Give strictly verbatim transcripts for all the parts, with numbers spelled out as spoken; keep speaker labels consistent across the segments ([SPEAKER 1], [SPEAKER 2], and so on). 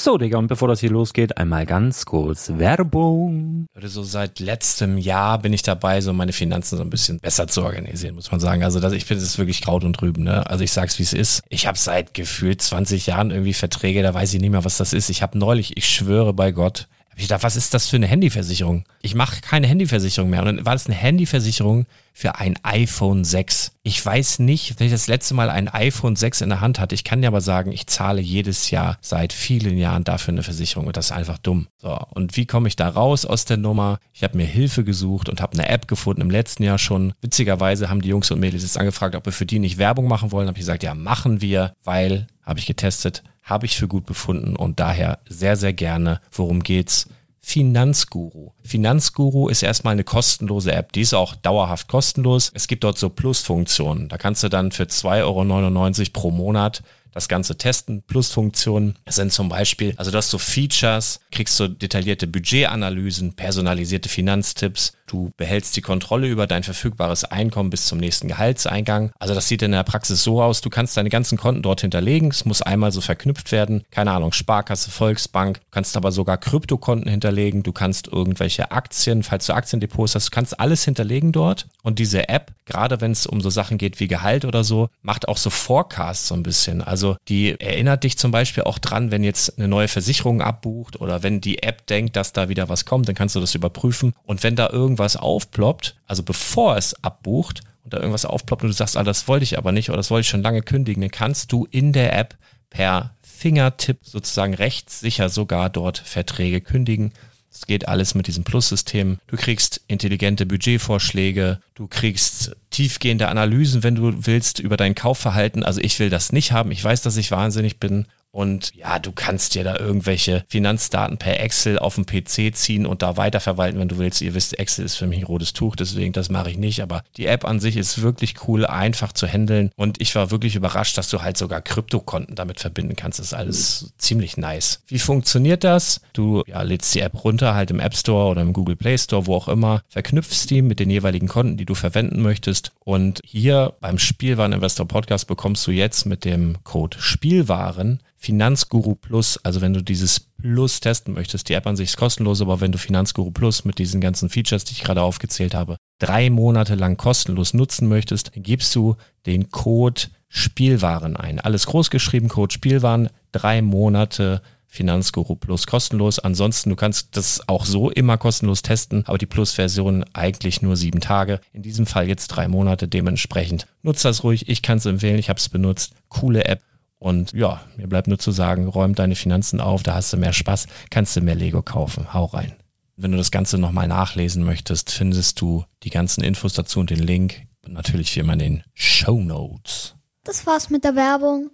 [SPEAKER 1] So, Digga, und bevor das hier losgeht, einmal ganz kurz Werbung.
[SPEAKER 2] So seit letztem Jahr bin ich dabei, so meine Finanzen so ein bisschen besser zu organisieren, muss man sagen. Also das, ich finde, das ist wirklich Kraut und Rüben, ne? Also ich sag's, wie es ist. Ich habe seit gefühlt zwanzig Jahren irgendwie Verträge, da weiß ich nicht mehr, was das ist. Ich habe neulich, ich schwöre bei Gott, hab ich gedacht, was ist das für eine Handyversicherung? Ich mache keine Handyversicherung mehr. Und dann war das eine Handyversicherung für ein iPhone sechs. Ich weiß nicht, wenn ich das letzte Mal ein iPhone sechs in der Hand hatte. Ich kann dir aber sagen, ich zahle jedes Jahr seit vielen Jahren dafür eine Versicherung und das ist einfach dumm. So, und wie komme ich da raus aus der Nummer? Ich habe mir Hilfe gesucht und habe eine App gefunden im letzten Jahr schon. Witzigerweise haben die Jungs und Mädels jetzt angefragt, ob wir für die nicht Werbung machen wollen. Habe ich gesagt, ja, machen wir, weil, habe ich getestet, habe ich für gut befunden und daher sehr, sehr gerne. Worum geht's? Finanzguru. Finanzguru ist erstmal eine kostenlose App. Die ist auch dauerhaft kostenlos. Es gibt dort so Plusfunktionen. Da kannst du dann für zwei Euro neunundneunzig pro Monat das Ganze testen. Plusfunktionen sind zum Beispiel, also du hast so Features, kriegst so detaillierte Budgetanalysen, personalisierte Finanztipps. Du behältst die Kontrolle über dein verfügbares Einkommen bis zum nächsten Gehaltseingang. Also das sieht in der Praxis so aus, du kannst deine ganzen Konten dort hinterlegen. Es muss einmal so verknüpft werden. Keine Ahnung, Sparkasse, Volksbank. Du kannst aber sogar Kryptokonten hinterlegen. Du kannst irgendwelche Aktien, falls du Aktiendepots hast, du kannst alles hinterlegen dort. Und diese App, gerade wenn es um so Sachen geht wie Gehalt oder so, macht auch so Forecasts so ein bisschen. Also die erinnert dich zum Beispiel auch dran, wenn jetzt eine neue Versicherung abbucht oder wenn die App denkt, dass da wieder was kommt, dann kannst du das überprüfen. Und wenn da irgendwas was aufploppt, also bevor es abbucht und da irgendwas aufploppt und du sagst, ah, das wollte ich aber nicht oder das wollte ich schon lange kündigen, dann kannst du in der App per Fingertipp sozusagen rechtssicher sogar dort Verträge kündigen. Das geht alles mit diesem Plus-System. Du kriegst intelligente Budgetvorschläge, du kriegst tiefgehende Analysen, wenn du willst, über dein Kaufverhalten. Also ich will das nicht haben. Ich weiß, dass ich wahnsinnig bin. Und ja, du kannst dir da irgendwelche Finanzdaten per Excel auf dem P C ziehen und da weiterverwalten, wenn du willst. Ihr wisst, Excel ist für mich ein rotes Tuch, deswegen das mache ich nicht. Aber die App an sich ist wirklich cool, einfach zu handeln. Und ich war wirklich überrascht, dass du halt sogar Kryptokonten damit verbinden kannst. Das ist alles ziemlich nice. Wie funktioniert das? Du ja, lädst die App runter, halt im App Store oder im Google Play Store, wo auch immer, verknüpfst die mit den jeweiligen Konten, die du verwenden möchtest. Und hier beim Spielwareninvestor Podcast bekommst du jetzt mit dem Code Spielwaren Finanzguru Plus, also wenn du dieses Plus testen möchtest, die App an sich ist kostenlos, aber wenn du Finanzguru Plus mit diesen ganzen Features, die ich gerade aufgezählt habe, drei Monate lang kostenlos nutzen möchtest, dann gibst du den Code Spielwaren ein. Alles groß geschrieben, Code Spielwaren, drei Monate Finanzguru Plus kostenlos. Ansonsten, du kannst das auch so immer kostenlos testen, aber die Plus-Version eigentlich nur sieben Tage. In diesem Fall jetzt drei Monate, dementsprechend nutzt das ruhig. Ich kann es empfehlen, ich habe es benutzt. Coole App. Und ja, mir bleibt nur zu sagen, räum deine Finanzen auf, da hast du mehr Spaß, kannst du mehr Lego kaufen. Hau rein. Wenn du das Ganze nochmal nachlesen möchtest, findest du die ganzen Infos dazu und den Link. Und natürlich wie immer in den Shownotes.
[SPEAKER 3] Das war's mit der Werbung.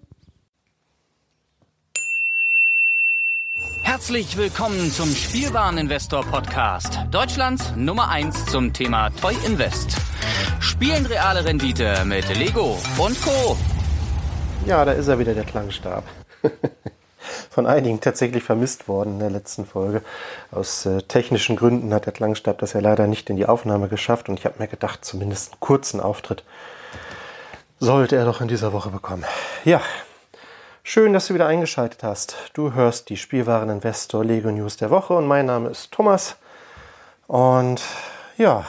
[SPEAKER 4] Herzlich willkommen zum Spielwareninvestor Podcast. Deutschlands Nummer eins zum Thema Toy Invest. Spielen reale Rendite mit Lego und Co.
[SPEAKER 5] Ja, da ist er wieder, der Klangstab. Von einigen tatsächlich vermisst worden in der letzten Folge. Aus äh, technischen Gründen hat der Klangstab das ja leider nicht in die Aufnahme geschafft. Und ich habe mir gedacht, zumindest einen kurzen Auftritt sollte er doch in dieser Woche bekommen. Ja, schön, dass du wieder eingeschaltet hast. Du hörst die Spielwareninvestor Lego News der Woche und mein Name ist Thomas. Und ja,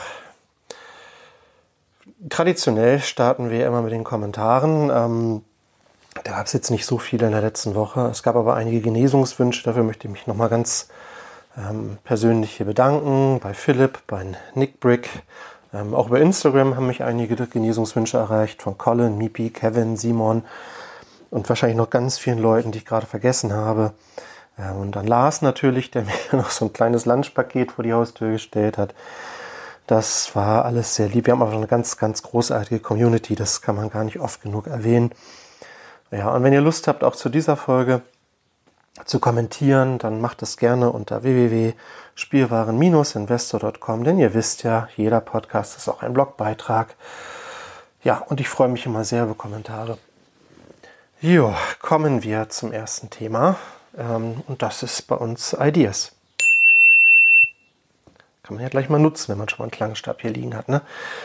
[SPEAKER 5] traditionell starten wir immer mit den Kommentaren. Ähm, Da gab es jetzt nicht so viele in der letzten Woche. Es gab aber einige Genesungswünsche. Dafür möchte ich mich nochmal ganz ähm, persönlich hier bedanken. Bei Philipp, bei Nick Brick. Ähm, auch bei Instagram haben mich einige Genesungswünsche erreicht. Von Colin, Mipi, Kevin, Simon und wahrscheinlich noch ganz vielen Leuten, die ich gerade vergessen habe. Ähm, und dann Lars natürlich, der mir noch so ein kleines Lunchpaket vor die Haustür gestellt hat. Das war alles sehr lieb. Wir haben aber eine ganz, ganz großartige Community. Das kann man gar nicht oft genug erwähnen. Ja, und wenn ihr Lust habt, auch zu dieser Folge zu kommentieren, dann macht es gerne unter w w w punkt spielwaren Bindestrich investor punkt com, denn ihr wisst ja, jeder Podcast ist auch ein Blogbeitrag. Ja, und ich freue mich immer sehr über Kommentare. Jo, kommen wir zum ersten Thema, ähm, und das ist bei uns Ideas. Kann man ja gleich mal nutzen, wenn man schon mal einen Klangstab hier liegen hat, ne?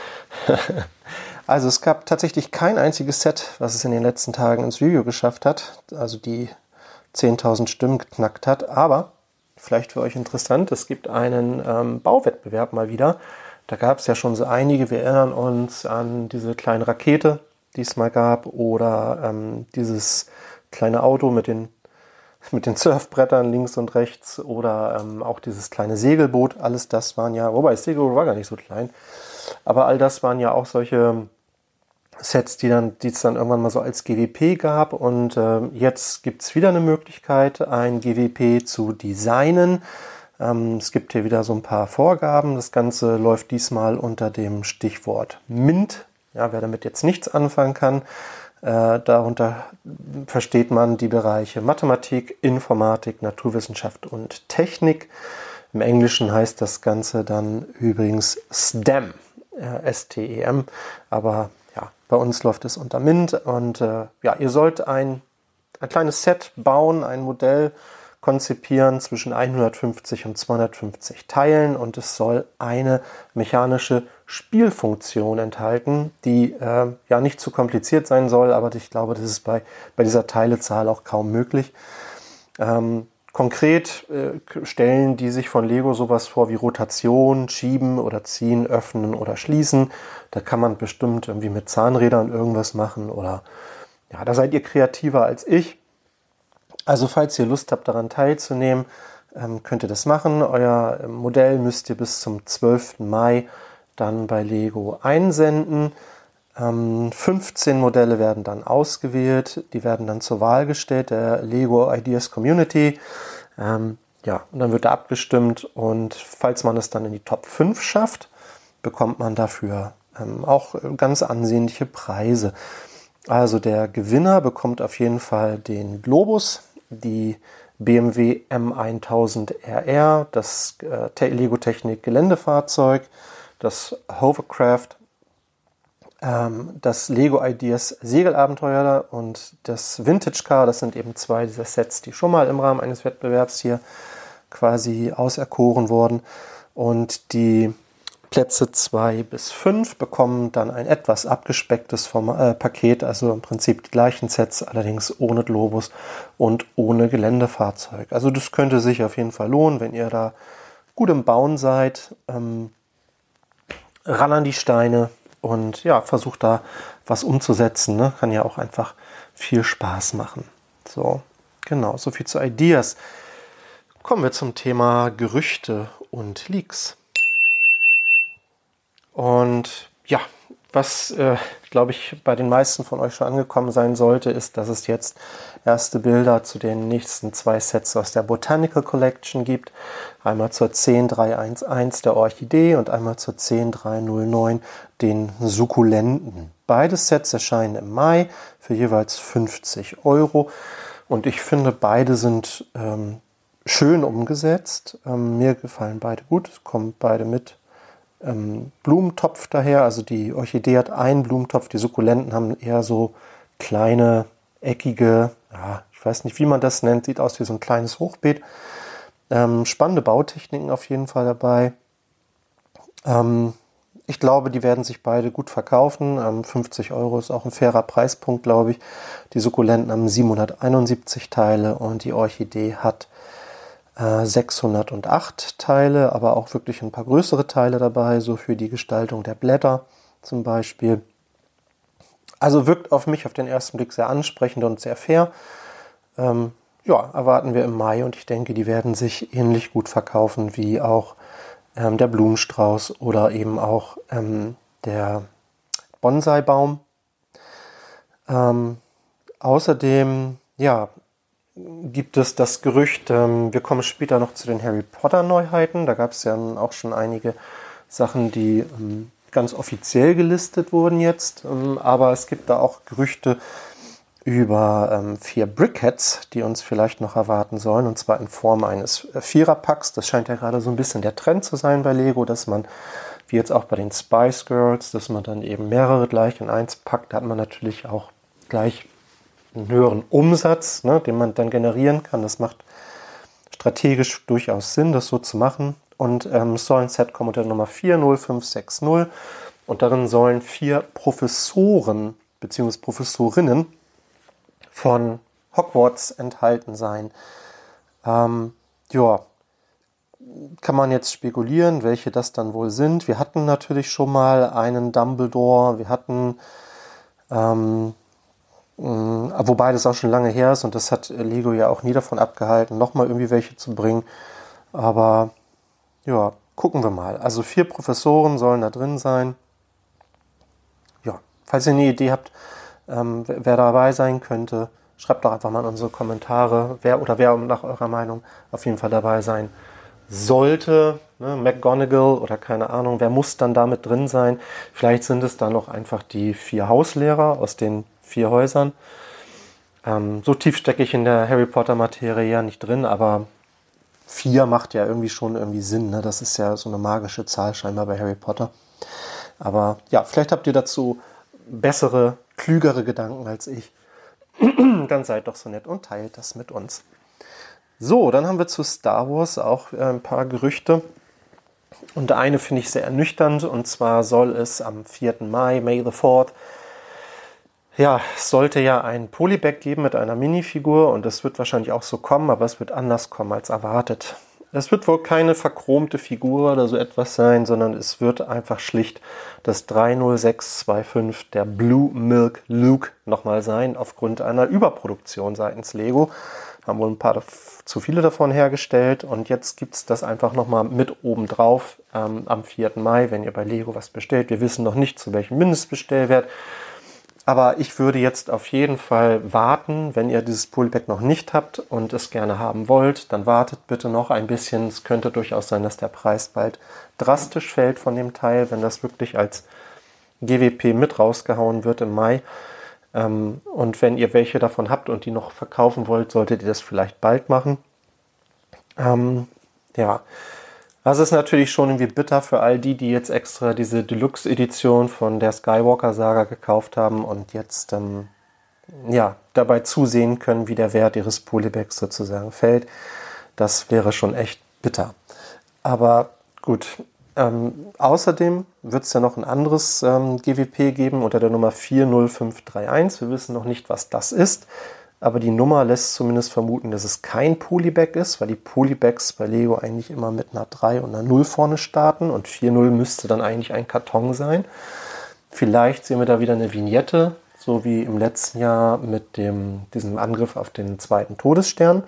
[SPEAKER 5] Also es gab tatsächlich kein einziges Set, was es in den letzten Tagen ins Review geschafft hat. Also die zehntausend Stimmen geknackt hat. Aber vielleicht für euch interessant, es gibt einen ähm, Bauwettbewerb mal wieder. Da gab es ja schon so einige. Wir erinnern uns an diese kleine Rakete, die es mal gab, oder ähm, dieses kleine Auto mit den, mit den Surfbrettern links und rechts, oder ähm, auch dieses kleine Segelboot. Alles das waren ja, wobei das Segelboot war gar nicht so klein, aber all das waren ja auch solche Sets, die dann, die es dann irgendwann mal so als G W P gab. Und äh, jetzt gibt es wieder eine Möglichkeit, ein G W P zu designen. Ähm, es gibt hier wieder so ein paar Vorgaben. Das Ganze läuft diesmal unter dem Stichwort MINT. Ja, wer damit jetzt nichts anfangen kann, äh, darunter versteht man die Bereiche Mathematik, Informatik, Naturwissenschaft und Technik. Im Englischen heißt das Ganze dann übrigens S T E M, äh, S T E M, aber ja, bei uns läuft es unter MINT. Und äh, ja, ihr sollt ein, ein kleines Set bauen, ein Modell konzipieren zwischen hundertfünfzig und zweihundertfünfzig Teilen, und es soll eine mechanische Spielfunktion enthalten, die äh, ja nicht zu kompliziert sein soll, aber ich glaube, das ist bei, bei dieser Teilezahl auch kaum möglich. Ähm, konkret äh, stellen die sich von Lego sowas vor wie Rotation, Schieben oder Ziehen, Öffnen oder Schließen. Da kann man bestimmt irgendwie mit Zahnrädern irgendwas machen, oder ja, da seid ihr kreativer als ich. Also falls ihr Lust habt, daran teilzunehmen, ähm, könnt ihr das machen. Euer Modell müsst ihr bis zum zwölften Mai dann bei Lego einsenden. Ähm, fünfzehn Modelle werden dann ausgewählt. Die werden dann zur Wahl gestellt, der Lego Ideas Community. Ähm, ja, und dann wird da abgestimmt. Und falls man es dann in die Top fünf schafft, bekommt man dafür ähm, auch ganz ansehnliche Preise. Also der Gewinner bekommt auf jeden Fall den Globus, die B M W M tausend R R, das äh, Lego Technik Geländefahrzeug, das Hovercraft, ähm, das Lego Ideas Segelabenteuer und das Vintage Car. Das sind eben zwei dieser Sets, die schon mal im Rahmen eines Wettbewerbs hier quasi auserkoren wurden. Und die Plätze zwei bis fünf bekommen dann ein etwas abgespecktes Form- äh, Paket, also im Prinzip die gleichen Sets, allerdings ohne Globus und ohne Geländefahrzeug. Also das könnte sich auf jeden Fall lohnen, wenn ihr da gut im Bauen seid. Ähm, ran an die Steine und ja, versucht da was umzusetzen. Ne? Kann ja auch einfach viel Spaß machen. So, genau, soviel zu Ideas. Kommen wir zum Thema Gerüchte und Leaks. Und ja, was, äh, glaube ich, bei den meisten von euch schon angekommen sein sollte, ist, dass es jetzt erste Bilder zu den nächsten zwei Sets aus der Botanical Collection gibt. Einmal zur zehn drei eins eins der Orchidee und einmal zur zehn drei null neun den Sukkulenten. Beide Sets erscheinen im Mai für jeweils fünfzig Euro. Und ich finde, beide sind ähm, schön umgesetzt. Ähm, mir gefallen beide gut, kommen beide mit Ähm, Blumentopf daher, also die Orchidee hat einen Blumentopf, die Sukkulenten haben eher so kleine, eckige, ja, ich weiß nicht, wie man das nennt, sieht aus wie so ein kleines Hochbeet. Ähm, spannende Bautechniken auf jeden Fall dabei. Ähm, ich glaube, die werden sich beide gut verkaufen. Ähm, fünfzig Euro ist auch ein fairer Preispunkt, glaube ich. Die Sukkulenten haben siebenhunderteinundsiebzig Teile und die Orchidee hat sechshundertacht Teile, aber auch wirklich ein paar größere Teile dabei, so für die Gestaltung der Blätter zum Beispiel. Also wirkt auf mich auf den ersten Blick sehr ansprechend und sehr fair. Ähm, ja, erwarten wir im Mai und ich denke, die werden sich ähnlich gut verkaufen wie auch ähm, der Blumenstrauß oder eben auch ähm, der Bonsai-Baum. Ähm, außerdem, ja, gibt es das Gerücht, ähm, wir kommen später noch zu den Harry Potter Neuheiten. Da gab es ja auch schon einige Sachen, die ähm, ganz offiziell gelistet wurden jetzt. Ähm, aber es gibt da auch Gerüchte über ähm, vier Brickheads, die uns vielleicht noch erwarten sollen. Und zwar in Form eines Viererpacks. Das scheint ja gerade so ein bisschen der Trend zu sein bei Lego, dass man, wie jetzt auch bei den Spice Girls, dass man dann eben mehrere gleich in eins packt. Da hat man natürlich auch gleich einen höheren Umsatz, ne, den man dann generieren kann. Das macht strategisch durchaus Sinn, das so zu machen. Und ähm, es soll ein Set kommen unter der Nummer vier null fünf sechs null. Und darin sollen vier Professoren bzw. Professorinnen von Hogwarts enthalten sein. Ähm, ja, kann man jetzt spekulieren, welche das dann wohl sind. Wir hatten natürlich schon mal einen Dumbledore, wir hatten, ähm, mh, wobei das auch schon lange her ist und das hat Lego ja auch nie davon abgehalten, nochmal irgendwie welche zu bringen. Aber ja, gucken wir mal. Also vier Professoren sollen da drin sein. Ja, falls ihr eine Idee habt, ähm, wer dabei sein könnte, schreibt doch einfach mal in unsere Kommentare, wer oder wer nach eurer Meinung auf jeden Fall dabei sein sollte. Ne, McGonagall oder keine Ahnung, wer muss dann da mit drin sein? Vielleicht sind es dann noch einfach die vier Hauslehrer aus den vier Häusern. Ähm, so tief stecke ich in der Harry Potter Materie ja nicht drin, aber vier macht ja irgendwie schon irgendwie Sinn. Ne? Das ist ja so eine magische Zahl scheinbar bei Harry Potter. Aber ja, vielleicht habt ihr dazu bessere, klügere Gedanken als ich. Dann seid doch so nett und teilt das mit uns. So, dann haben wir zu Star Wars auch ein paar Gerüchte. Und eine finde ich sehr ernüchternd. Und zwar soll es am vierten Mai, May the fourth, ja, es sollte ja ein Polybag geben mit einer Minifigur. Und das wird wahrscheinlich auch so kommen, aber es wird anders kommen als erwartet. Es wird wohl keine verchromte Figur oder so etwas sein, sondern es wird einfach schlicht das drei null sechs zwei fünf, der Blue Milk Luke, nochmal sein, aufgrund einer Überproduktion seitens Lego. Haben wohl ein paar zu viele davon hergestellt und jetzt gibt es das einfach nochmal mit oben drauf ähm, am vierten Mai, wenn ihr bei Lego was bestellt. Wir wissen noch nicht, zu welchem Mindestbestellwert. Aber ich würde jetzt auf jeden Fall warten, wenn ihr dieses Polybag noch nicht habt und es gerne haben wollt, dann wartet bitte noch ein bisschen. Es könnte durchaus sein, dass der Preis bald drastisch fällt von dem Teil, wenn das wirklich als G W P mit rausgehauen wird im Mai. Und wenn ihr welche davon habt und die noch verkaufen wollt, solltet ihr das vielleicht bald machen. Ähm, ja, das ist natürlich schon irgendwie bitter für all die, die jetzt extra diese Deluxe-Edition von der Skywalker-Saga gekauft haben und jetzt ähm, ja, dabei zusehen können, wie der Wert ihres Polybags sozusagen fällt. Das wäre schon echt bitter. Aber gut, ähm, außerdem wird es ja noch ein anderes ähm, G W P geben unter der Nummer vier null fünf drei eins. Wir wissen noch nicht, was das ist. Aber die Nummer lässt zumindest vermuten, dass es kein Polybag ist, weil die Polybags bei Lego eigentlich immer mit einer drei und einer null vorne starten und vier null müsste dann eigentlich ein Karton sein. Vielleicht sehen wir da wieder eine Vignette, so wie im letzten Jahr mit dem, diesem Angriff auf den zweiten Todesstern.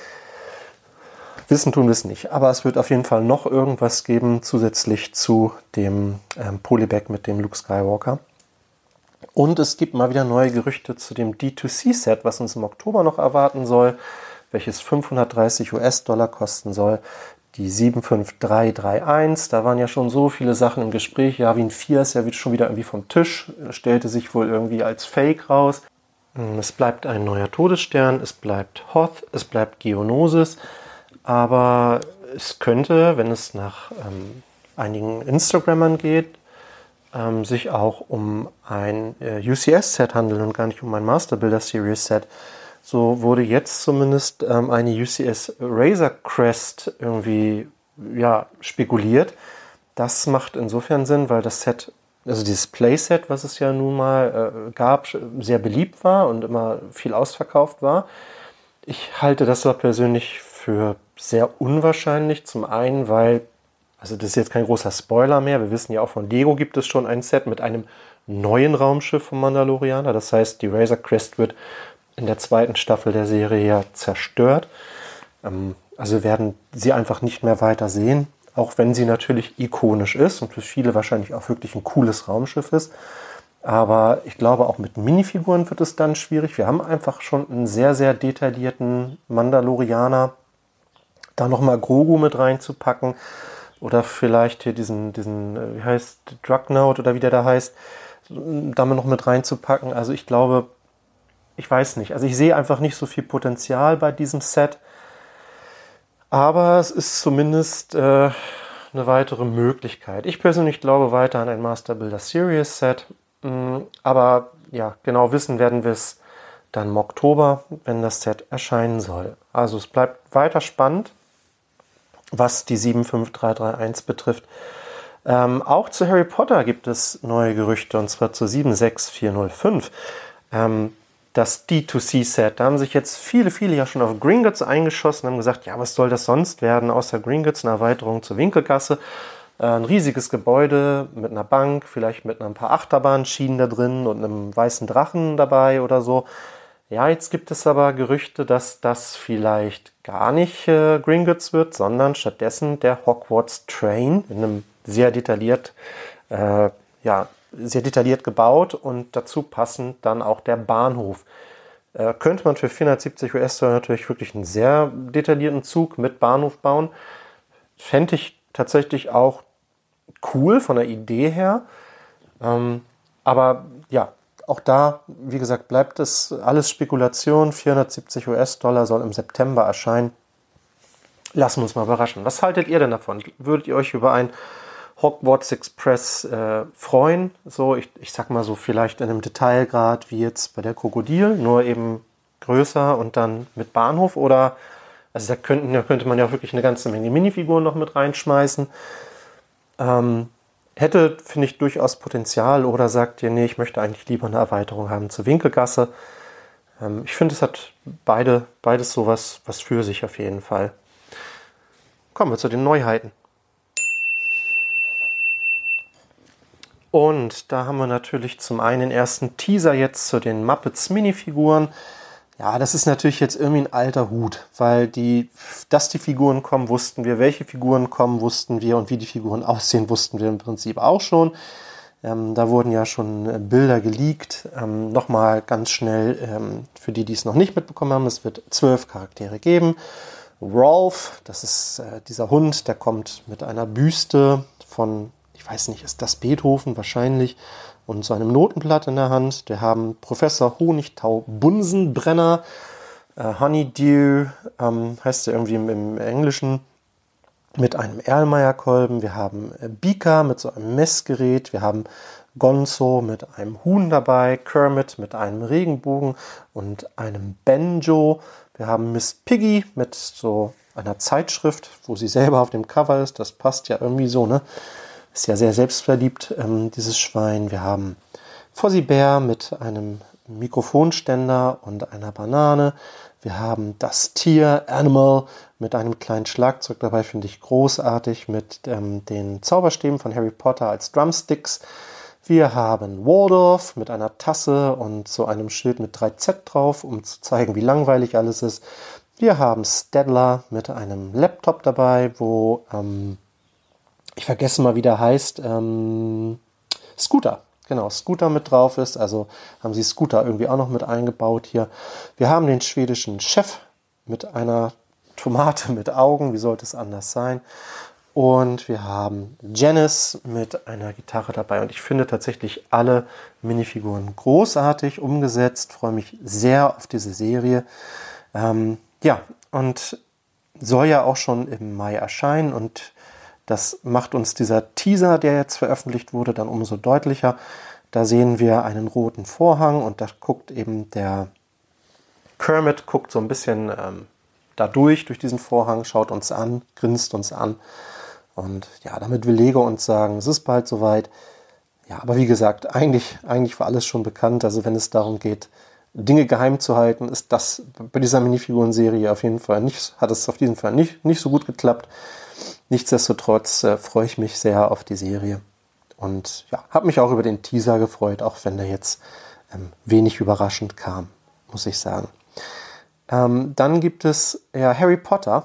[SPEAKER 5] Wissen tun wir es nicht, aber es wird auf jeden Fall noch irgendwas geben, zusätzlich zu dem ähm, Polybag mit dem Luke Skywalker. Und es gibt mal wieder neue Gerüchte zu dem D zwei C-Set, was uns im Oktober noch erwarten soll, welches fünfhundertdreißig US-Dollar kosten soll. Die sieben fünf drei drei eins, da waren ja schon so viele Sachen im Gespräch. Yavin vier ist ja schon wieder irgendwie vom Tisch, stellte sich wohl irgendwie als Fake raus. Es bleibt ein neuer Todesstern, es bleibt Hoth, es bleibt Geonosis, aber es könnte, wenn es nach ähm, einigen Instagrammern geht, Ähm, sich auch um ein äh, U C S-Set handeln und gar nicht um ein Master Builder Series Set. So wurde jetzt zumindest ähm, eine U C S Razor Crest irgendwie ja, spekuliert. Das macht insofern Sinn, weil das Set, also dieses Playset, was es ja nun mal äh, gab, sehr beliebt war und immer viel ausverkauft war. Ich halte das aber persönlich für sehr unwahrscheinlich. Zum einen, weil Also das ist jetzt kein großer Spoiler mehr. Wir wissen ja auch, von Lego gibt es schon ein Set mit einem neuen Raumschiff vom Mandalorianer. Das heißt, die Razor Crest wird in der zweiten Staffel der Serie ja zerstört. Ähm, also wir werden sie einfach nicht mehr weiter sehen. Auch wenn sie natürlich ikonisch ist und für viele wahrscheinlich auch wirklich ein cooles Raumschiff ist. Aber ich glaube, auch mit Minifiguren wird es dann schwierig. Wir haben einfach schon einen sehr, sehr detaillierten Mandalorianer. Da nochmal Grogu mit reinzupacken. Oder vielleicht hier diesen, diesen, wie heißt, Drugnaut oder wie der da heißt, damit noch mit reinzupacken. Also ich glaube, ich weiß nicht. Also ich sehe einfach nicht so viel Potenzial bei diesem Set. Aber es ist zumindest äh, eine weitere Möglichkeit. Ich persönlich glaube weiter an ein Master Builder Series Set. Aber ja, genau wissen werden wir es dann im Oktober, wenn das Set erscheinen soll. Also es bleibt weiter spannend, was die sieben fünf drei drei eins betrifft. Ähm, auch zu Harry Potter gibt es neue Gerüchte, und zwar zu sieben sechs vier null fünf. Ähm, das D zwei C-Set. Da haben sich jetzt viele, viele ja schon auf Gringotts eingeschossen, haben gesagt, ja, was soll das sonst werden, außer Gringotts, eine Erweiterung zur Winkelgasse. Äh, ein riesiges Gebäude mit einer Bank, vielleicht mit ein paar Achterbahnschienen da drin und einem weißen Drachen dabei oder so. Ja, jetzt gibt es aber Gerüchte, dass das vielleicht gar nicht äh, Gringotts wird, sondern stattdessen der Hogwarts Train in einem sehr detailliert, äh, ja, sehr detailliert gebaut und dazu passend dann auch der Bahnhof. Äh, könnte man für vierhundertsiebzig US-Dollar natürlich wirklich einen sehr detaillierten Zug mit Bahnhof bauen. Fände ich tatsächlich auch cool von der Idee her. Ähm, aber ja, auch da, wie gesagt, bleibt es alles Spekulation. vierhundertsiebzig US-Dollar soll im September erscheinen. Lassen wir uns mal überraschen. Was haltet ihr denn davon? Würdet ihr euch über ein Hogwarts Express äh, freuen? So, ich, ich sag mal so, vielleicht in einem Detailgrad wie jetzt bei der Krokodil, nur eben größer und dann mit Bahnhof? Oder, also da, könnten, da könnte man ja auch wirklich eine ganze Menge Minifiguren noch mit reinschmeißen. Ähm, hätte, finde ich, durchaus Potenzial. Oder sagt ihr, nee, ich möchte eigentlich lieber eine Erweiterung haben zur Winkelgasse. Ähm, ich finde, es hat beide, beides sowas was für sich auf jeden Fall. Kommen wir zu den Neuheiten. Und da haben wir natürlich zum einen den ersten Teaser jetzt zu den Muppets Minifiguren. Ja, das ist natürlich jetzt irgendwie ein alter Hut, weil die, dass die Figuren kommen, wussten wir, welche Figuren kommen, wussten wir und wie die Figuren aussehen, wussten wir im Prinzip auch schon. Ähm, da wurden ja schon äh, Bilder geleakt. Ähm, Nochmal ganz schnell, ähm, für die, die es noch nicht mitbekommen haben, es wird zwölf Charaktere geben. Rolf, das ist äh, dieser Hund, der kommt mit einer Büste von, ich weiß nicht, ist das Beethoven wahrscheinlich, und so einem Notenblatt in der Hand. Wir haben Professor Honigtau Bunsenbrenner, äh, Honeydew, ähm, heißt er irgendwie im, im Englischen, mit einem Erlmeyer-Kolben. Wir haben äh, Beaker mit so einem Messgerät. Wir haben Gonzo mit einem Huhn dabei, Kermit mit einem Regenbogen und einem Banjo. Wir haben Miss Piggy mit so einer Zeitschrift, wo sie selber auf dem Cover ist. Das passt ja irgendwie so, ne? Ist ja sehr selbstverliebt, ähm, dieses Schwein. Wir haben Fozzie Bear mit einem Mikrofonständer und einer Banane. Wir haben das Tier Animal mit einem kleinen Schlagzeug dabei, finde ich großartig, mit ähm, den Zauberstäben von Harry Potter als Drumsticks. Wir haben Waldorf mit einer Tasse und so einem Schild mit drei Z drauf, um zu zeigen, wie langweilig alles ist. Wir haben Stadler mit einem Laptop dabei, wo... Ähm, Ich vergesse mal, wie der heißt. Ähm, Scooter. Genau, Scooter mit drauf ist. Also haben sie Scooter irgendwie auch noch mit eingebaut hier. Wir haben den schwedischen Chef mit einer Tomate mit Augen. Wie sollte es anders sein? Und wir haben Janice mit einer Gitarre dabei. Und ich finde tatsächlich alle Minifiguren großartig umgesetzt. Freue mich sehr auf diese Serie. Ähm, ja, und soll ja auch schon im Mai erscheinen. Und das macht uns dieser Teaser, der jetzt veröffentlicht wurde, dann umso deutlicher. Da sehen wir einen roten Vorhang und da guckt eben der Kermit, guckt so ein bisschen ähm, da durch, durch diesen Vorhang, schaut uns an, grinst uns an. Und ja, damit will Lego uns sagen, es ist bald soweit. Ja, aber wie gesagt, eigentlich, eigentlich war alles schon bekannt. Also wenn es darum geht, Dinge geheim zu halten, ist das bei dieser Minifiguren-Serie auf jeden Fall nicht, hat es auf jeden Fall nicht, nicht so gut geklappt. Nichtsdestotrotz äh, freue ich mich sehr auf die Serie und ja, habe mich auch über den Teaser gefreut, auch wenn der jetzt ähm, wenig überraschend kam, muss ich sagen. Ähm, dann gibt es ja Harry Potter.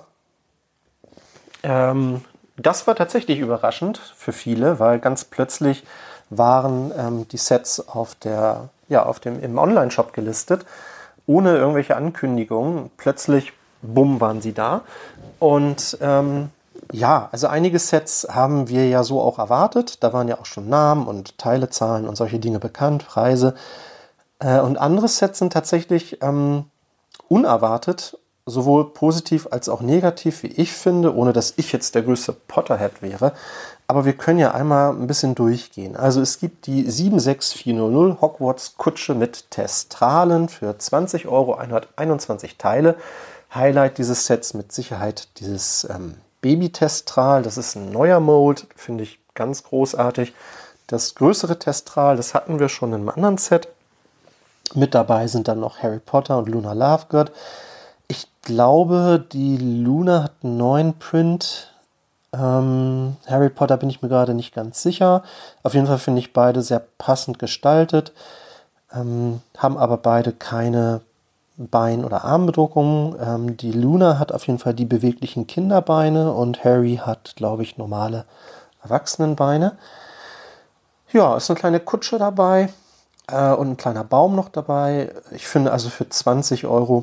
[SPEAKER 5] Ähm, das war tatsächlich überraschend für viele, weil ganz plötzlich waren ähm, die Sets auf der, ja, auf dem, im Online-Shop gelistet, ohne irgendwelche Ankündigungen. Plötzlich, bumm, waren sie da. Und ähm, ja, also einige Sets haben wir ja so auch erwartet. Da waren ja auch schon Namen und Teilezahlen und solche Dinge bekannt, Preise. Äh, und andere Sets sind tatsächlich ähm, unerwartet, sowohl positiv als auch negativ, wie ich finde, ohne dass ich jetzt der größte Potterhead wäre. Aber wir können ja einmal ein bisschen durchgehen. Also es gibt die sieben sechs vier null null Hogwarts Kutsche mit Testralen für zwanzig Euro, hunderteinundzwanzig Teile. Highlight dieses Sets mit Sicherheit dieses ähm, Baby-Testral. Das ist ein neuer Mold, finde ich ganz großartig. Das größere Testral, das hatten wir schon in einem anderen Set. Mit dabei sind dann noch Harry Potter und Luna Lovegood. Ich glaube, die Luna hat einen neuen Print. Ähm, Harry Potter bin ich mir gerade nicht ganz sicher. Auf jeden Fall finde ich beide sehr passend gestaltet. Ähm, haben aber beide keine Bein- oder Armbedruckungen. Ähm, die Luna hat auf jeden Fall die beweglichen Kinderbeine und Harry hat, glaube ich, normale Erwachsenenbeine. Ja, ist eine kleine Kutsche dabei äh, und ein kleiner Baum noch dabei. Ich finde also für zwanzig Euro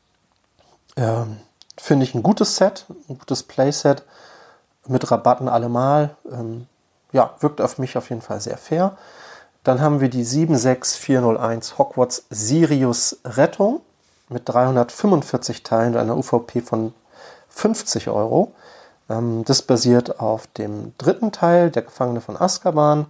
[SPEAKER 5] ähm, finde ich ein gutes Set, ein gutes Playset mit Rabatten allemal. Ähm, ja, wirkt auf mich auf jeden Fall sehr fair. Dann haben wir die sieben sechs vier null eins Hogwarts Sirius Rettung mit dreihundertfünfundvierzig Teilen und einer U V P von fünfzig Euro. Ähm, das basiert auf dem dritten Teil, der Gefangene von Azkaban.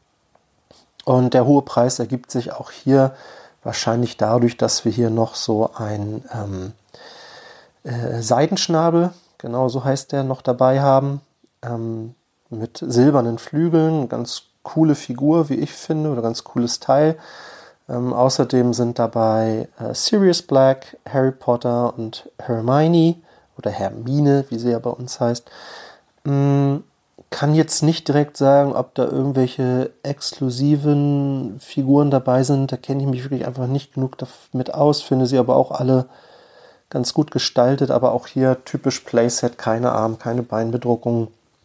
[SPEAKER 5] Und der hohe Preis ergibt sich auch hier wahrscheinlich dadurch, dass wir hier noch so ein ähm, äh, Seidenschnabel, genau so heißt der, noch dabei haben. Ähm, mit silbernen Flügeln, ganz coole Figur, wie ich finde, oder ganz cooles Teil. Ähm, außerdem sind dabei äh, Sirius Black, Harry Potter und Hermione, oder Hermine, wie sie ja bei uns heißt. Ähm, kann jetzt nicht direkt sagen, ob da irgendwelche exklusiven Figuren dabei sind. Da kenne ich mich wirklich einfach nicht genug damit aus, finde sie aber auch alle ganz gut gestaltet, aber auch hier typisch Playset, keine Arm-, keine Beinbedruckung.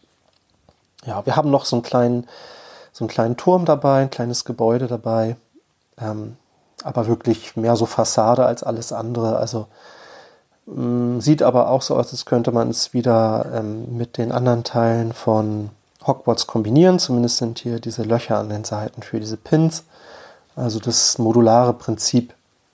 [SPEAKER 5] Ja, wir haben noch so einen kleinen, so einen kleinen Turm dabei, ein kleines Gebäude dabei, ähm, aber wirklich mehr so Fassade als alles andere. Also mh, sieht aber auch so aus, als könnte man es wieder ähm, mit den anderen Teilen von Hogwarts kombinieren. Zumindest sind hier diese Löcher an den Seiten für diese Pins. Also das modulare Prinzip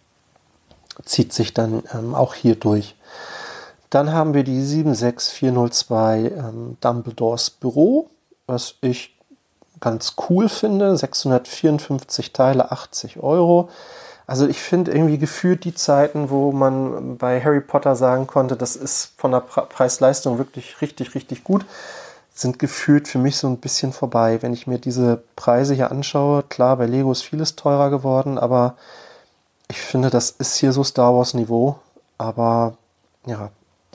[SPEAKER 5] zieht sich dann ähm, auch hier durch. Dann haben wir die sieben sechs vier null zwei ähm, Dumbledores Büro, was ich ganz cool finde. sechshundertvierundfünfzig Teile, achtzig Euro. Also ich finde irgendwie gefühlt die Zeiten, wo man bei Harry Potter sagen konnte, das ist von der Pre- Preis-Leistung wirklich richtig, richtig gut, sind gefühlt für mich so ein bisschen vorbei. Wenn ich mir diese Preise hier anschaue, klar, bei Lego ist vieles teurer geworden, aber ich finde, das ist hier so Star Wars Niveau. Aber ja,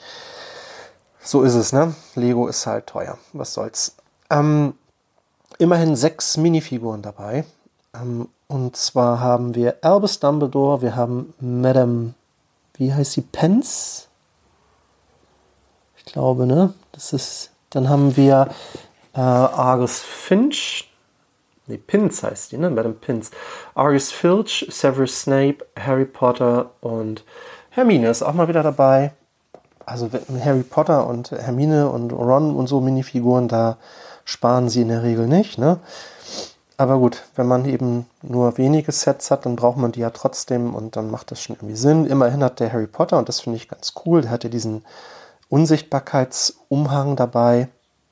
[SPEAKER 5] so ist es, ne? Lego ist halt teuer. Was soll's. Ähm, immerhin sechs Minifiguren dabei. Ähm, und zwar haben wir Albus Dumbledore, wir haben Madame, wie heißt sie, Pence? Ich glaube, ne? Das ist, dann haben wir äh, Argus Finch. Nee, Pinz heißt die, ne? Madame Pinz. Argus Filch, Severus Snape, Harry Potter und Hermine ist auch mal wieder dabei. Also Harry Potter und Hermine und Ron und so Minifiguren, da sparen sie in der Regel nicht, ne? Aber gut, wenn man eben nur wenige Sets hat, dann braucht man die ja trotzdem und dann macht das schon irgendwie Sinn. Immerhin hat der Harry Potter, und das finde ich ganz cool, der hat ja diesen Unsichtbarkeitsumhang dabei.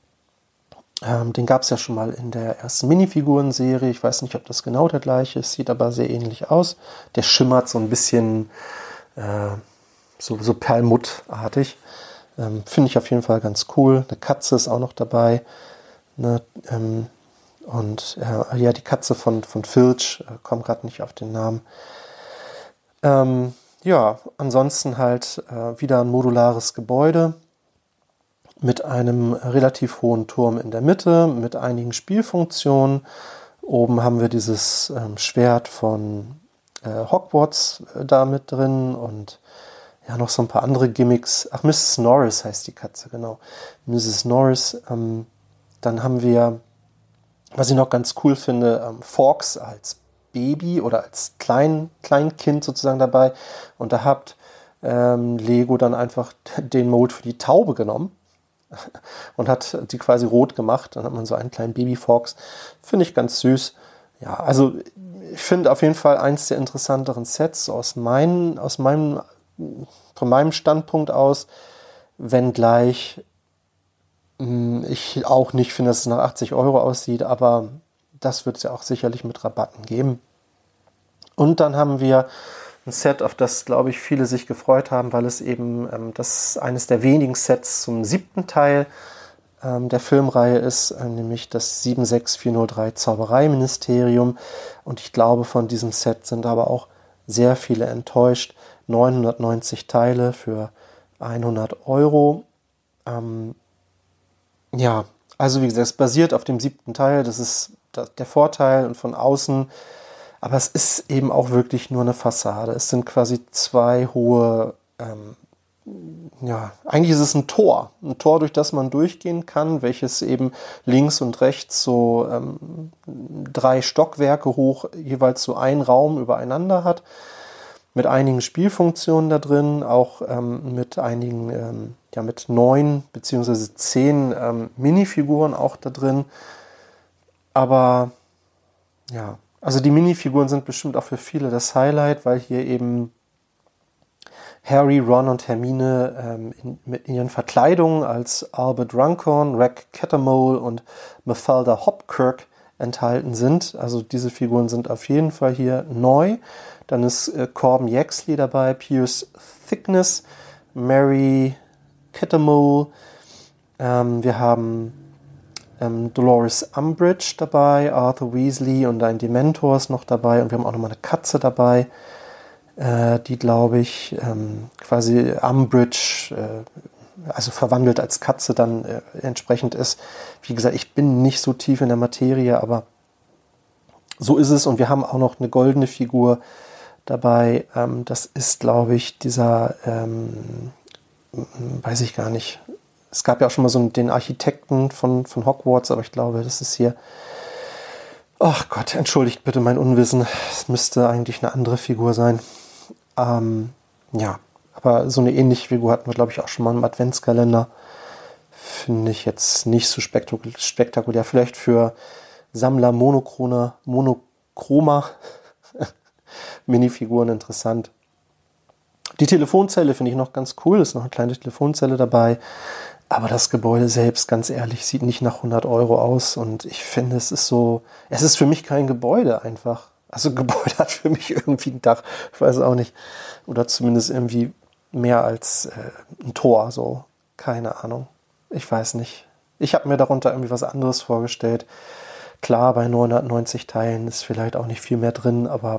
[SPEAKER 5] Ähm, den gab es ja schon mal in der ersten Minifiguren-Serie. Ich weiß nicht, ob das genau der gleiche ist, sieht aber sehr ähnlich aus. Der schimmert so ein bisschen äh, so, so perlmuttartig. Ähm, Finde ich auf jeden Fall ganz cool. Eine Katze ist auch noch dabei. Ne? Ähm, und äh, ja, die Katze von, von Filch, äh, komme gerade nicht auf den Namen. Ähm, ja, ansonsten halt äh, wieder ein modulares Gebäude mit einem relativ hohen Turm in der Mitte, mit einigen Spielfunktionen. Oben haben wir dieses ähm, Schwert von äh, Hogwarts äh, da mit drin und ja, noch so ein paar andere Gimmicks. Ach, Missus Norris heißt die Katze, genau. Missus Norris. Ähm, dann haben wir, was ich noch ganz cool finde, ähm, Fawkes als Baby oder als Klein, Kleinkind sozusagen dabei. Und da hat ähm, Lego dann einfach den Mold für die Taube genommen und hat die quasi rot gemacht. Dann hat man so einen kleinen Baby-Fox. Finde ich ganz süß. Ja, also ich finde auf jeden Fall eins der interessanteren Sets aus, mein, aus meinem, von meinem Standpunkt aus, wenngleich mh, ich auch nicht finde, dass es nach achtzig Euro aussieht, aber das wird es ja auch sicherlich mit Rabatten geben. Und dann haben wir ein Set, auf das, glaube ich, viele sich gefreut haben, weil es eben ähm, das eines der wenigen Sets zum siebten Teil ähm, der Filmreihe ist, äh, nämlich das sieben sechs vier null drei Zaubereiministerium. Und ich glaube, von diesem Set sind aber auch sehr viele enttäuscht. neunhundertneunzig Teile für hundert Euro. Ähm, ja, also wie gesagt, es basiert auf dem siebten Teil, das ist der Vorteil und von außen, aber es ist eben auch wirklich nur eine Fassade. Es sind quasi zwei hohe, ähm, ja, eigentlich ist es ein Tor, ein Tor, durch das man durchgehen kann, welches eben links und rechts so ähm, drei Stockwerke hoch jeweils so einen Raum übereinander hat, mit einigen Spielfunktionen da drin, auch ähm, mit einigen, ähm, ja mit neun beziehungsweise zehn ähm, Minifiguren auch da drin. Aber ja, also die Minifiguren sind bestimmt auch für viele das Highlight, weil hier eben Harry, Ron und Hermine ähm, in, mit ihren Verkleidungen als Albert Runcorn, Reg Cattermole und Mafalda Hopkirk enthalten sind. Also diese Figuren sind auf jeden Fall hier neu. Dann ist äh, Corbin Yaxley dabei, Pierce Thickness, Mary Cattermole. Ähm, wir haben ähm, Dolores Umbridge dabei, Arthur Weasley und ein Dementor ist noch dabei. Und wir haben auch nochmal eine Katze dabei, äh, die, glaube ich, ähm, quasi Umbridge, äh, also verwandelt als Katze dann äh, entsprechend ist. Wie gesagt, ich bin nicht so tief in der Materie, aber so ist es. Und wir haben auch noch eine goldene Figur dabei. Ähm, das ist, glaube ich, dieser, ähm, weiß ich gar nicht. Es gab ja auch schon mal so den Architekten von, von Hogwarts, aber ich glaube, das ist hier, ach Gott, entschuldigt bitte mein Unwissen. Es müsste eigentlich eine andere Figur sein. Ähm, ja, aber so eine ähnliche Figur hatten wir, glaube ich, auch schon mal im Adventskalender. Finde ich jetzt nicht so spektakul- spektakulär. Vielleicht für Sammler Monochrona, Monochroma Minifiguren interessant. Die Telefonzelle finde ich noch ganz cool. Ist noch eine kleine Telefonzelle dabei. Aber das Gebäude selbst, ganz ehrlich, sieht nicht nach hundert Euro aus. Und ich finde, es ist so, es ist für mich kein Gebäude einfach. Also ein Gebäude hat für mich irgendwie ein Dach. Ich weiß auch nicht. Oder zumindest irgendwie mehr als äh, ein Tor. So, keine Ahnung. Ich weiß nicht. Ich habe mir darunter irgendwie was anderes vorgestellt. Klar, bei neunhundertneunzig Teilen ist vielleicht auch nicht viel mehr drin, aber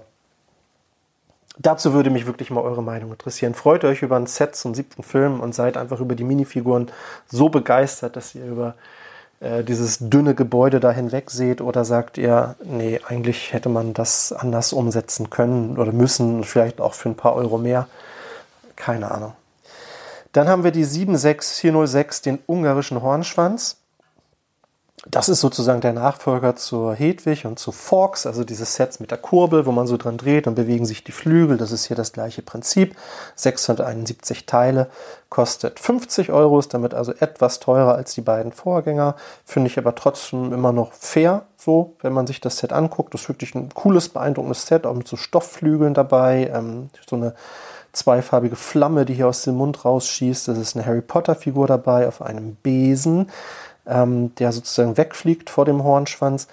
[SPEAKER 5] dazu würde mich wirklich mal eure Meinung interessieren. Freut euch über ein Set zum siebten Film und seid einfach über die Minifiguren so begeistert, dass ihr über äh, dieses dünne Gebäude da hinweg seht, oder sagt ihr, nee, eigentlich hätte man das anders umsetzen können oder müssen, vielleicht auch für ein paar Euro mehr. Keine Ahnung. Dann haben wir die sieben sechs vier null sechs, den ungarischen Hornschwanz. Das ist sozusagen der Nachfolger zur Hedwig und zu Fawkes, also dieses Sets mit der Kurbel, wo man so dran dreht und bewegen sich die Flügel. Das ist hier das gleiche Prinzip. sechshunderteinundsiebzig Teile, kostet fünfzig Euro, ist damit also etwas teurer als die beiden Vorgänger. Finde ich aber trotzdem immer noch fair, so, wenn man sich das Set anguckt. Das ist wirklich ein cooles, beeindruckendes Set, auch mit so Stoffflügeln dabei, ähm, so eine zweifarbige Flamme, die hier aus dem Mund rausschießt. Das ist eine Harry Potter Figur dabei auf einem Besen, Ähm, der sozusagen wegfliegt vor dem Hornschwanz.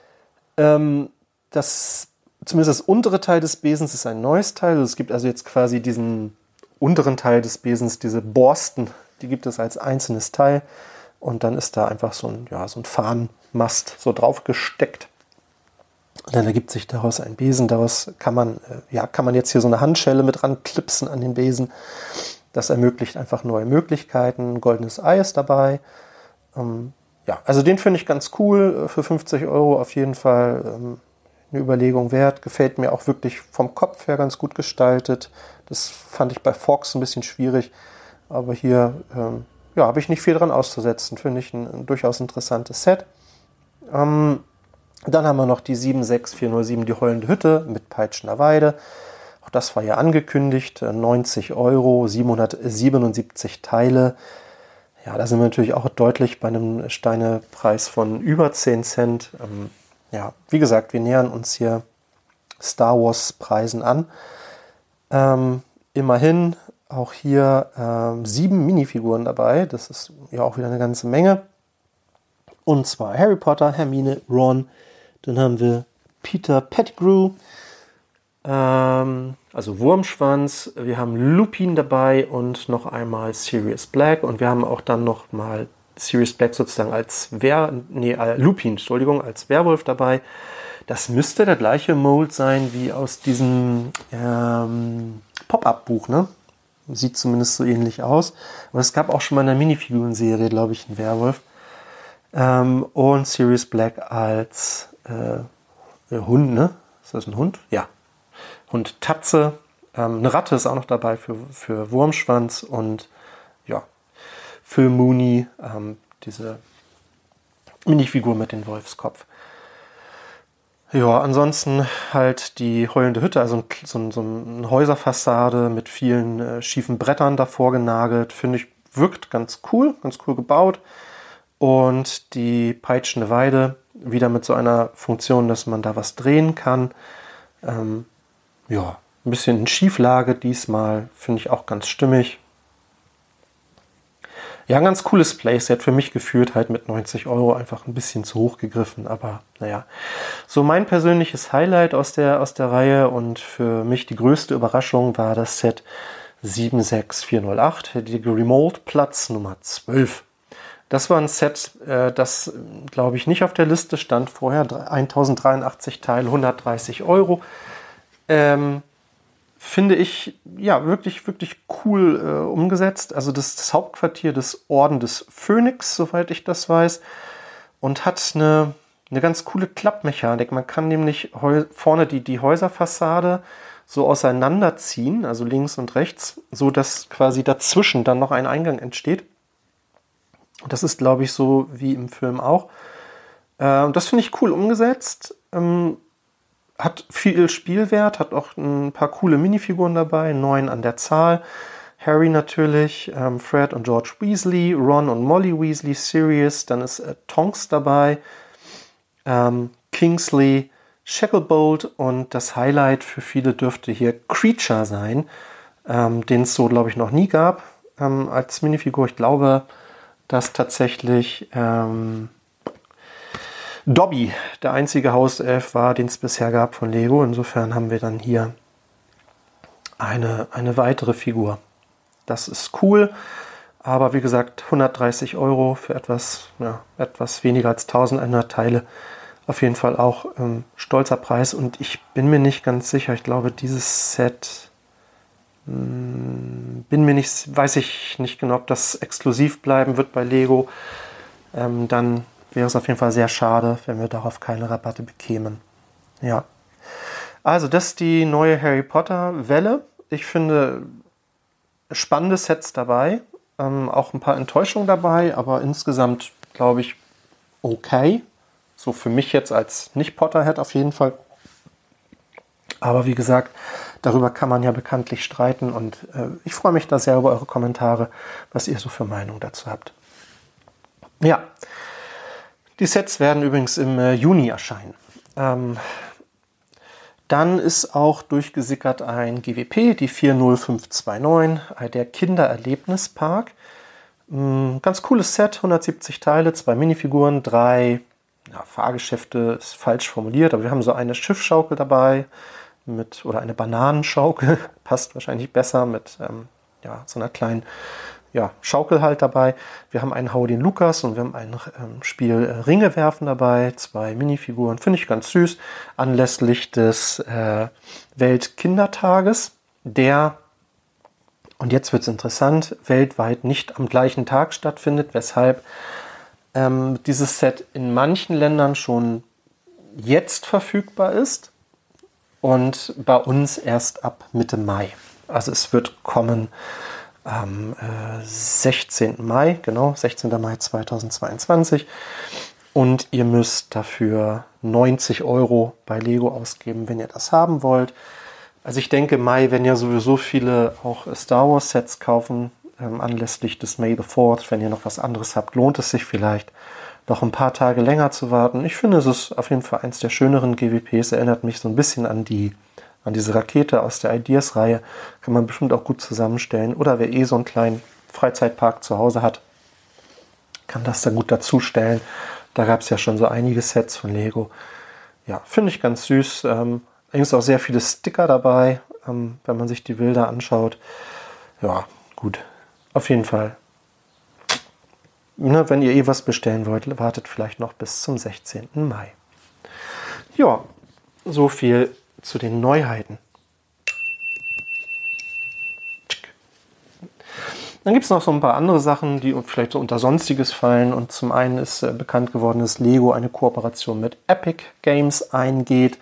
[SPEAKER 5] Ähm, das, zumindest das untere Teil des Besens ist ein neues Teil. Es gibt also jetzt quasi diesen unteren Teil des Besens, diese Borsten, die gibt es als einzelnes Teil. Und dann ist da einfach so ein, ja, so ein Fahnenmast so drauf gesteckt. Und dann ergibt sich daraus ein Besen. Daraus kann man, äh, ja, kann man jetzt hier so eine Handschelle mit ranklipsen an den Besen. Das ermöglicht einfach neue Möglichkeiten. Ein goldenes Ei ist dabei. Ähm, ja, also den finde ich ganz cool, für fünfzig Euro auf jeden Fall ähm, eine Überlegung wert. Gefällt mir auch wirklich vom Kopf her ganz gut gestaltet. Das fand ich bei Fawkes ein bisschen schwierig, aber hier ähm, ja, habe ich nicht viel dran auszusetzen. Finde ich ein, ein durchaus interessantes Set. Ähm, dann haben wir noch die sieben sechs vier null sieben, die heulende Hütte mit peitschender Weide. Auch das war ja angekündigt, neunzig Euro, siebenhundertsiebenundsiebzig Teile. Ja, da sind wir natürlich auch deutlich bei einem Steinepreis von über zehn Cent. Ähm, ja, wie gesagt, wir nähern uns hier Star Wars Preisen an. Ähm, immerhin auch hier ähm, sieben Minifiguren dabei. Das ist ja auch wieder eine ganze Menge. Und zwar Harry Potter, Hermine, Ron. Dann haben wir Peter Pettigrew. Ähm, also Wurmschwanz, wir haben Lupin dabei und noch einmal Sirius Black, und wir haben auch dann noch mal Sirius Black sozusagen als Wer, nee, äh, Lupin, Entschuldigung, als Werwolf dabei. Das müsste der gleiche Mold sein wie aus diesem ähm, Pop-Up-Buch, ne? Sieht zumindest so ähnlich aus. Und es gab auch schon mal in der Minifiguren-Serie, glaube ich, einen Werwolf. Ähm, und Sirius Black als äh, Hund, ne? Ist das ein Hund? Ja. Hund Tatze. Ähm, eine Ratte ist auch noch dabei für, für Wurmschwanz. Und ja, Phil Mooney, ähm, diese Minifigur mit dem Wolfskopf. Ja, ansonsten halt die heulende Hütte, also ein, so, so eine Häuserfassade mit vielen äh, schiefen Brettern davor genagelt. Finde ich, wirkt ganz cool, ganz cool gebaut. Und die peitschende Weide, wieder mit so einer Funktion, dass man da was drehen kann. Ähm, ja, ein bisschen in Schieflage diesmal, finde ich auch ganz stimmig. Ja, ein ganz cooles Playset, für mich gefühlt halt mit neunzig Euro einfach ein bisschen zu hoch gegriffen, aber naja. So mein persönliches Highlight aus der, aus der Reihe und für mich die größte Überraschung war das Set sieben sechs vier null acht, die Remote Platz Nummer zwölf. Das war ein Set, äh, das glaube ich nicht auf der Liste stand vorher, tausenddreiundachtzig Teile, hundertdreißig Euro. Ähm, Finde ich, ja, wirklich, wirklich cool äh, umgesetzt. Also das, das Hauptquartier des Orden des Phönix, soweit ich das weiß. Und hat eine, eine ganz coole Klappmechanik. Man kann nämlich heu- vorne die, die Häuserfassade so auseinanderziehen, also links und rechts, so dass quasi dazwischen dann noch ein Eingang entsteht. Und das ist, glaube ich, so wie im Film auch. Äh, das finde ich cool umgesetzt. Ähm, Hat viel Spielwert, hat auch ein paar coole Minifiguren dabei, neun an der Zahl. Harry natürlich, ähm, Fred und George Weasley, Ron und Molly Weasley, Sirius, dann ist äh, Tonks dabei, ähm, Kingsley, Shacklebolt und das Highlight für viele dürfte hier Creature sein, ähm, den es so, glaube ich, noch nie gab ähm, als Minifigur. Ich glaube, dass tatsächlich Ähm, Dobby der einzige Hauself war, den es bisher gab von Lego. Insofern haben wir dann hier eine, eine weitere Figur. Das ist cool, aber wie gesagt, hundertdreißig Euro für etwas, ja, etwas weniger als eintausendeinhundert Teile. Auf jeden Fall auch ähm, stolzer Preis und ich bin mir nicht ganz sicher. Ich glaube, dieses Set, mh, bin mir nicht, weiß ich nicht genau, ob das exklusiv bleiben wird bei Lego. Ähm, dann wäre es auf jeden Fall sehr schade, wenn wir darauf keine Rabatte bekämen. Ja. Also, das ist die neue Harry Potter Welle. Ich finde spannende Sets dabei. Ähm, auch ein paar Enttäuschungen dabei, aber insgesamt, glaube ich, okay. So für mich jetzt als Nicht-Potterhead auf jeden Fall. Aber wie gesagt, darüber kann man ja bekanntlich streiten und äh, ich freue mich da sehr über eure Kommentare, was ihr so für Meinung dazu habt. Ja. Die Sets werden übrigens im äh, Juni erscheinen. Ähm, dann ist auch durchgesickert ein G W P, die vier null fünf zwei neun, äh, der Kindererlebnispark. Ähm, ganz cooles Set, hundertsiebzig Teile, zwei Minifiguren, drei ja, Fahrgeschäfte, ist falsch formuliert, aber wir haben so eine Schiffsschaukel dabei mit oder eine Bananenschaukel, passt wahrscheinlich besser mit ähm, ja, so einer kleinen Ja, Schaukel halt dabei. Wir haben einen Hau den Lukas und wir haben ein ähm, Spiel äh, Ringe werfen dabei. Zwei Minifiguren. Finde ich ganz süß. Anlässlich des äh, Weltkindertages, der, und jetzt wird es interessant, weltweit nicht am gleichen Tag stattfindet. Weshalb ähm, dieses Set in manchen Ländern schon jetzt verfügbar ist und bei uns erst ab Mitte Mai. Also es wird kommen am äh, sechzehnten Mai, genau, sechzehnten Mai zweitausendzweiundzwanzig. Und ihr müsst dafür neunzig Euro bei Lego ausgeben, wenn ihr das haben wollt. Also ich denke, Mai, wenn ja sowieso viele auch Star Wars Sets kaufen, ähm, anlässlich des May the fourth, wenn ihr noch was anderes habt, lohnt es sich vielleicht noch ein paar Tage länger zu warten. Ich finde, es ist auf jeden Fall eins der schöneren G W Ps, erinnert mich so ein bisschen an die an diese Rakete aus der Ideas-Reihe, kann man bestimmt auch gut zusammenstellen. Oder wer eh so einen kleinen Freizeitpark zu Hause hat, kann das da gut dazustellen. Da gab es ja schon so einige Sets von Lego. Ja, finde ich ganz süß. Ähm, allerdings auch sehr viele Sticker dabei, ähm, wenn man sich die Bilder anschaut. Ja, gut. Auf jeden Fall. Ne, wenn ihr eh was bestellen wollt, wartet vielleicht noch bis zum sechzehnten Mai. Ja, so viel zu den Neuheiten. Dann gibt es noch so ein paar andere Sachen, die vielleicht so unter Sonstiges fallen. Und zum einen ist äh, bekannt geworden, dass Lego eine Kooperation mit Epic Games eingeht.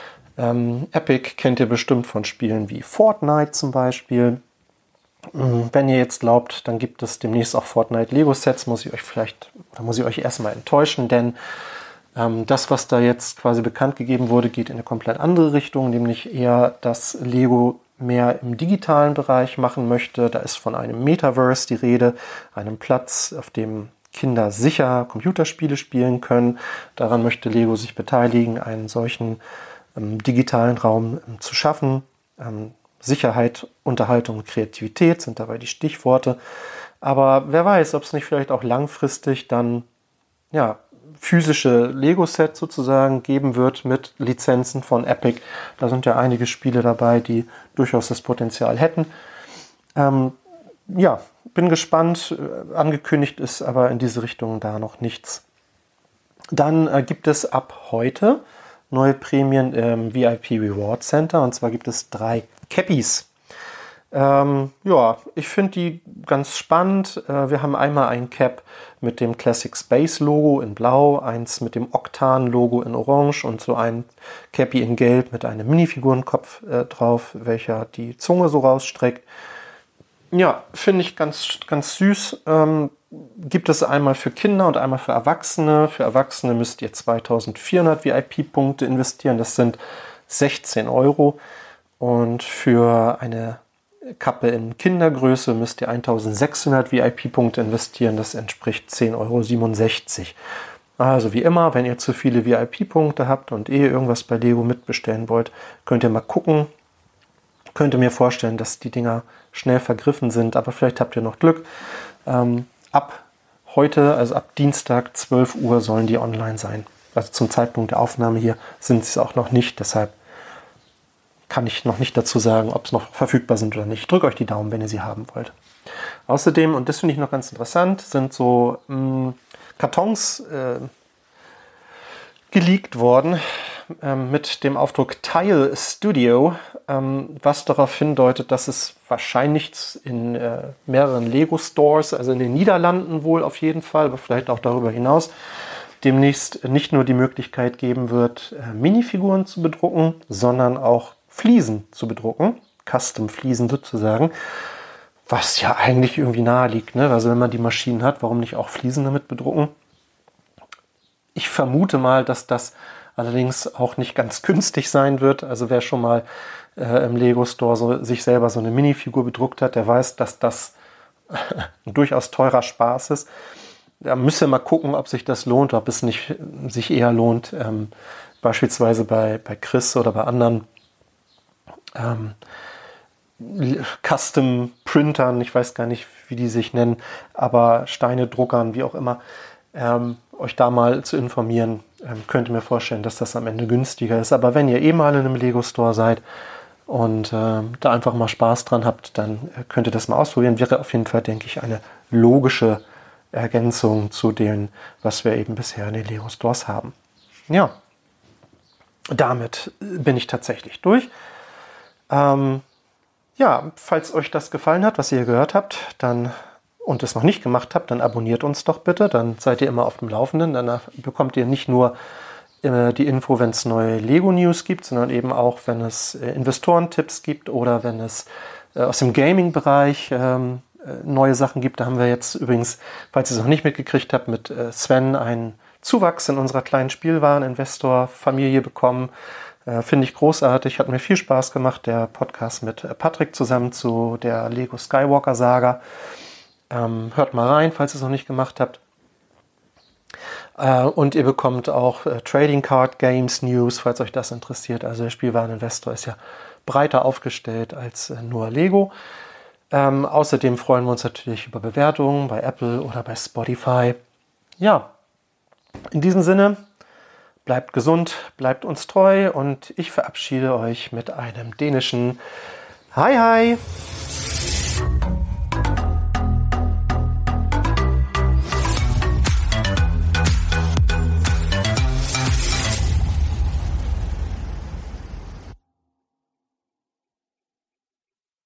[SPEAKER 5] Ähm, Epic kennt ihr bestimmt von Spielen wie Fortnite zum Beispiel. Ähm, wenn ihr jetzt glaubt, dann gibt es demnächst auch Fortnite Lego-Sets, muss ich euch vielleicht, oder muss ich euch erstmal enttäuschen, denn ähm, das, was da jetzt quasi bekannt gegeben wurde, geht in eine komplett andere Richtung, nämlich eher das Lego mehr im digitalen Bereich machen möchte. Da ist von einem Metaverse die Rede, einem Platz, auf dem Kinder sicher Computerspiele spielen können. Daran möchte Lego sich beteiligen, einen solchen ähm, digitalen Raum ähm, zu schaffen. Ähm, Sicherheit, Unterhaltung und Kreativität sind dabei die Stichworte. Aber wer weiß, ob es nicht vielleicht auch langfristig dann ja physische Lego-Sets sozusagen geben wird mit Lizenzen von Epic. Da sind ja einige Spiele dabei, die durchaus das Potenzial hätten. Ähm, ja, bin gespannt. Angekündigt ist aber in diese Richtung da noch nichts. Dann äh, gibt es ab heute neue Prämien im V I P Reward Center. Und zwar gibt es drei Cappies. Ähm, ja, ich finde die ganz spannend. Äh, wir haben einmal ein Cap mit dem Classic Space Logo in Blau, eins mit dem Octan Logo in Orange und so ein Cappy in Gelb mit einem Minifigurenkopf äh, drauf, welcher die Zunge so rausstreckt. Ja, finde ich ganz, ganz süß. Ähm, gibt es einmal für Kinder und einmal für Erwachsene. Für Erwachsene müsst ihr zweitausendvierhundert V I P-Punkte investieren. Das sind sechzehn Euro. Und für eine Kappe in Kindergröße müsst ihr eintausendsechshundert V I P-Punkte investieren. Das entspricht zehn Euro siebenundsechzig. Also wie immer, wenn ihr zu viele V I P-Punkte habt und eh irgendwas bei Lego mitbestellen wollt, könnt ihr mal gucken. Könnt ihr mir vorstellen, dass die Dinger schnell vergriffen sind, aber vielleicht habt ihr noch Glück. Ähm, ab heute, also ab Dienstag zwölf Uhr sollen die online sein. Also zum Zeitpunkt der Aufnahme hier sind sie es auch noch nicht, deshalb kann ich noch nicht dazu sagen, ob es noch verfügbar sind oder nicht. Drückt euch die Daumen, wenn ihr sie haben wollt. Außerdem, und das finde ich noch ganz interessant, sind so mh, Kartons äh, geleakt worden äh, mit dem Aufdruck Tile Studio, ähm, was darauf hindeutet, dass es wahrscheinlich in äh, mehreren Lego-Stores, also in den Niederlanden wohl auf jeden Fall, aber vielleicht auch darüber hinaus, demnächst nicht nur die Möglichkeit geben wird, äh, Minifiguren zu bedrucken, sondern auch Fliesen zu bedrucken, Custom-Fliesen sozusagen, was ja eigentlich irgendwie nahe liegt, ne? Also wenn man die Maschinen hat, warum nicht auch Fliesen damit bedrucken? Ich vermute mal, dass das allerdings auch nicht ganz günstig sein wird. Also wer schon mal äh, im Lego Store so, sich selber so eine Minifigur bedruckt hat, der weiß, dass das ein durchaus teurer Spaß ist. Da müsst ihr mal gucken, ob sich das lohnt, ob es nicht sich eher lohnt, ähm, beispielsweise bei, bei Chris oder bei anderen Ähm, Custom-Printern, ich weiß gar nicht, wie die sich nennen, aber Steine-Druckern, wie auch immer, ähm, euch da mal zu informieren. Ähm, könnt ihr mir vorstellen, dass das am Ende günstiger ist. Aber wenn ihr eh mal in einem Lego-Store seid und ähm, da einfach mal Spaß dran habt, dann äh, könnt ihr das mal ausprobieren. Wäre auf jeden Fall, denke ich, eine logische Ergänzung zu dem, was wir eben bisher in den Lego-Stores haben. Ja, damit bin ich tatsächlich durch. Ähm, ja, falls euch das gefallen hat, was ihr gehört habt, dann und es noch nicht gemacht habt, dann abonniert uns doch bitte, dann seid ihr immer auf dem Laufenden. Danach bekommt ihr nicht nur äh, die Info, wenn es neue Lego-News gibt, sondern eben auch, wenn es äh, Investorentipps gibt oder wenn es äh, aus dem Gaming-Bereich ähm, äh, neue Sachen gibt. Da haben wir jetzt übrigens, falls ihr es noch nicht mitgekriegt habt, mit äh, Sven einen Zuwachs in unserer kleinen Spielwareninvestor-Familie bekommen. Äh, Finde ich großartig, hat mir viel Spaß gemacht, der Podcast mit äh, Patrick zusammen zu der Lego Skywalker Saga. Ähm, hört mal rein, falls ihr es noch nicht gemacht habt. Äh, und ihr bekommt auch äh, Trading Card Games News, falls euch das interessiert. Also der Spielwareninvestor ist ja breiter aufgestellt als äh, nur Lego. Ähm, außerdem freuen wir uns natürlich über Bewertungen bei Apple oder bei Spotify. Ja, in diesem Sinne, bleibt gesund, bleibt uns treu und ich verabschiede euch mit einem dänischen Hi Hi!